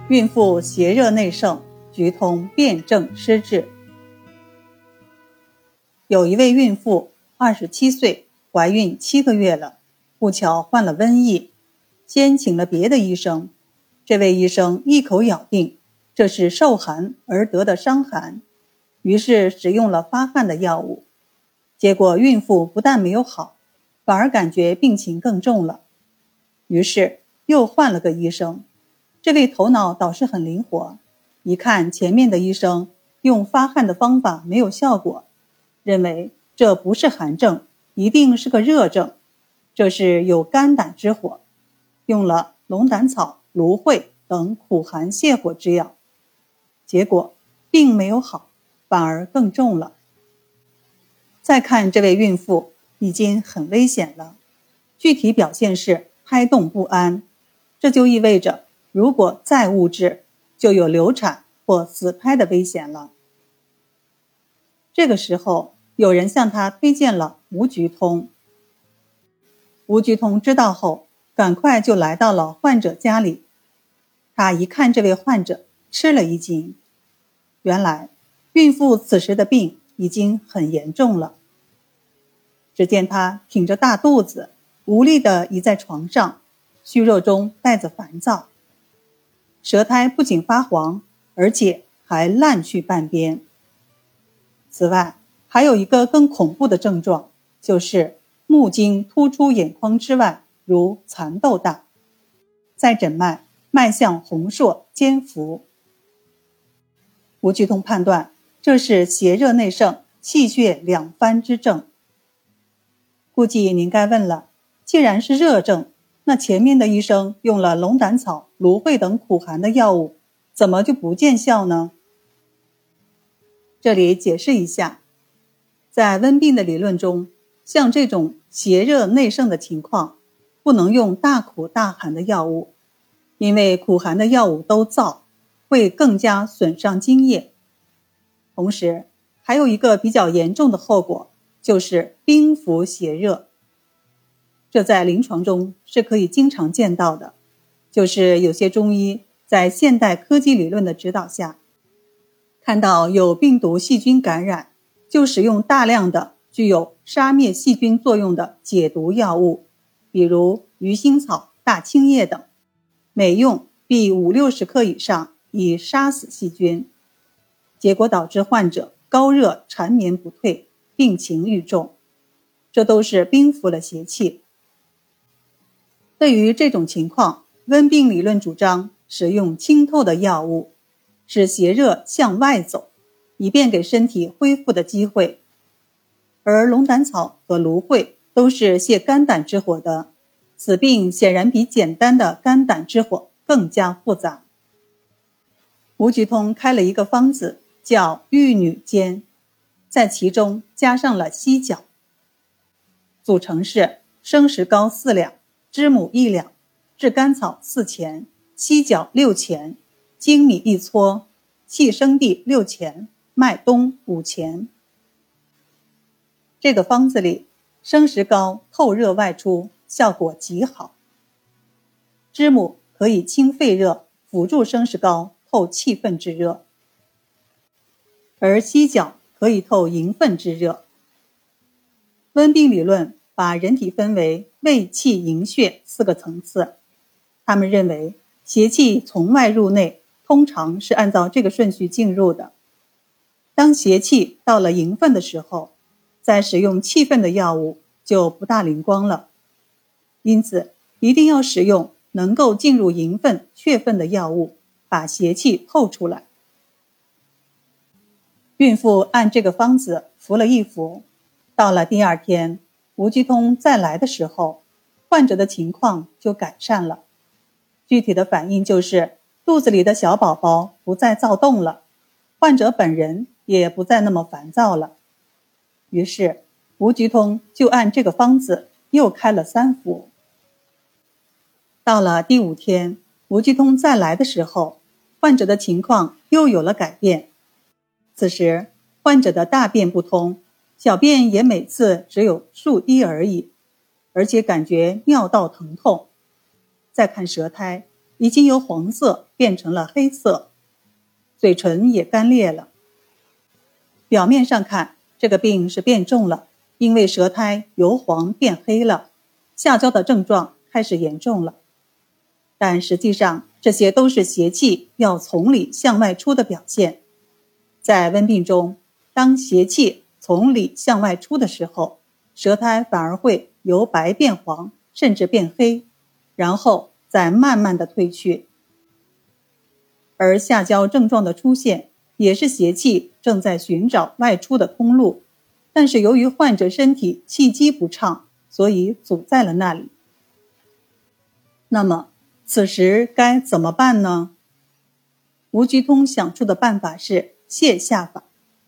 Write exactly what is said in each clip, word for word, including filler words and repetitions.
孕妇邪热内盛，局通辩证施治。有一位孕妇二十七岁，怀孕七个月了，不巧患了瘟疫，先请了别的医生，这位医生一口咬定这是受寒而得的伤寒，于是使用了发汗的药物，结果孕妇不但没有好，反而感觉病情更重了，于是又换了个医生。这位头脑倒是很灵活，一看前面的医生用发汗的方法没有效果，认为这不是寒症，一定是个热症，这是有肝胆之火，用了龙胆草、芦荟等苦寒泻火之药，结果病没有好，反而更重了。再看这位孕妇已经很危险了，具体表现是胎动不安，这就意味着如果再误治，就有流产或死胎的危险了。这个时候，有人向他推荐了吴菊通。吴菊通知道后，赶快就来到了患者家里。他一看这位患者，吃了一惊。原来，孕妇此时的病已经很严重了。只见她挺着大肚子，无力地倚在床上，虚弱中带着烦躁。舌苔不仅发黄，而且还烂去半边。此外，还有一个更恐怖的症状，就是目睛突出眼眶之外，如蚕豆大。在诊脉，脉象红硕坚浮。吴菊通判断这是邪热内盛，气血两翻之症。估计您该问了，既然是热症，那前面的医生用了龙胆草、芦荟等苦寒的药物，怎么就不见效呢？这里解释一下，在温病的理论中，像这种邪热内盛的情况，不能用大苦大寒的药物，因为苦寒的药物都燥，会更加损伤津液。同时，还有一个比较严重的后果，就是冰服邪热。这在临床中是可以经常见到的，就是有些中医在现代科技理论的指导下，看到有病毒细菌感染，就使用大量的具有杀灭细菌作用的解毒药物，比如鱼腥草、大青叶等，每用必五六十克以上，以杀死细菌，结果导致患者高热缠绵不退，病情愈重，这都是冰服了邪气。对于这种情况，温病理论主张使用清透的药物，使邪热向外走，以便给身体恢复的机会。而龙胆草和芦荟都是泻肝胆之火的，此病显然比简单的肝胆之火更加复杂。吴菊通开了一个方子，叫玉女煎，在其中加上了犀角，组成是生石膏四两，知母一两，炙甘草四钱，犀角六钱，粳米一撮，细生地六钱，麦冬五钱。这个方子里，生石膏透热外出，效果极好。知母可以清肺热，辅助生石膏透气分之热，而犀角可以透营分之热。温病理论把人体分为胃气营血四个层次，他们认为邪气从外入内，通常是按照这个顺序进入的。当邪气到了营分的时候，再使用气分的药物就不大灵光了。因此，一定要使用能够进入营分、血分的药物，把邪气透出来。孕妇按这个方子服了一服，到了第二天，吴菊通再来的时候，患者的情况就改善了。具体的反应就是肚子里的小宝宝不再躁动了，患者本人也不再那么烦躁了。于是吴菊通就按这个方子又开了三服。到了第五天，吴菊通再来的时候，患者的情况又有了改变。此时患者的大便不通，小便也每次只有数滴而已，而且感觉尿道疼痛。再看舌苔， 已经由黄色变成了黑色，嘴唇也干裂了。表面上看，这个病是变重了，因为舌苔由黄变黑了，下焦的症状开始严重了。但实际上，这些都是邪气要从里向外出的表现。在温病中，当邪气从里向外出的时候，舌苔反而会由白变黄，甚至变黑，然后再慢慢的退去。而下焦症状的出现，也是邪气正在寻找外出的通路，但是由于患者身体气机不畅，所以阻在了那里。那么此时该怎么办呢？吴鞠通想出的办法是泻下法。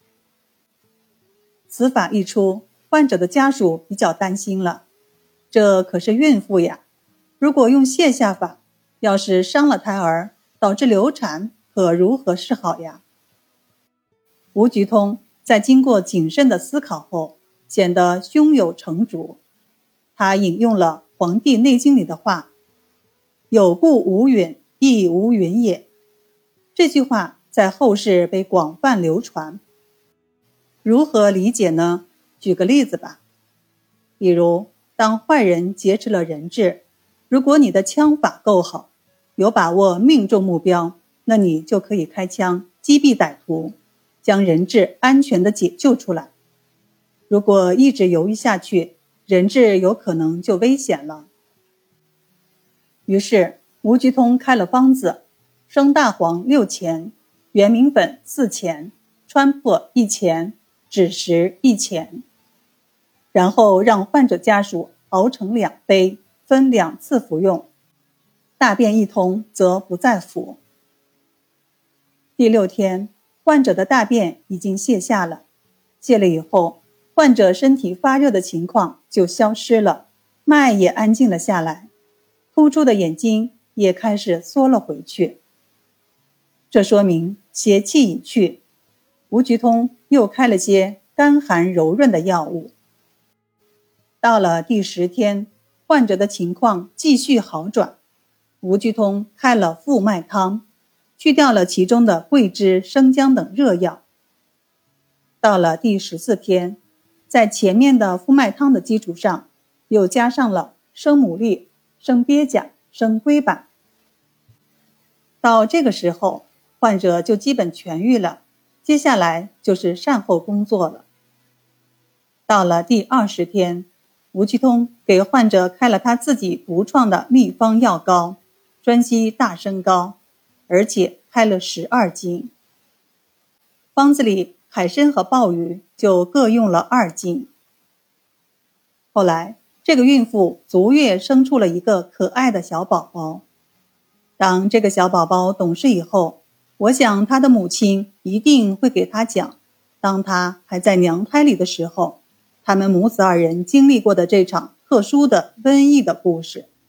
此法一出，患者的家属比较担心了，这可是孕妇呀，如果用泻下法，要是伤了胎儿，导致流产，可如何是好呀？吴鞠通在经过谨慎的思考后，显得胸有成竹。他引用了《黄帝内经》里的话：有故无允，亦无允也。这句话在后世被广泛流传。如何理解呢？举个例子吧。比如，当坏人劫持了人质，如果你的枪法够好，有把握命中目标，那你就可以开枪击毙歹徒，将人质安全地解救出来。如果一直犹豫下去，人质有可能就危险了。于是吴鞠通开了方子：生大黄六钱，圆明粉四钱，川破一钱，枳实一钱。然后让患者家属熬成两杯，分两次服用，大便一通则不再服。第六天，患者的大便已经泻下了，泻了以后，患者身体发热的情况就消失了，脉也安静了下来，突出的眼睛也开始缩了回去。这说明邪气已去。吴鞠通又开了些甘寒柔润的药物。到了第十天，患者的情况继续好转，吴鞠通开了复脉汤，去掉了其中的桂枝、生姜等热药。到了第十四天，在前面的复脉汤的基础上，又加上了生牡蛎、生鳖甲、生龟板。到这个时候，患者就基本痊愈了，接下来就是善后工作了。到了第二十天，吴鞠通给患者开了他自己独创的秘方药膏，专西大参膏，而且开了十二斤。方子里海参和鲍鱼就各用了二斤。后来这个孕妇足月生出了一个可爱的小宝宝。当这个小宝宝懂事以后，我想他的母亲一定会给他讲，当他还在娘胎里的时候，他们母子二人经历过的这场特殊的瘟疫的故事。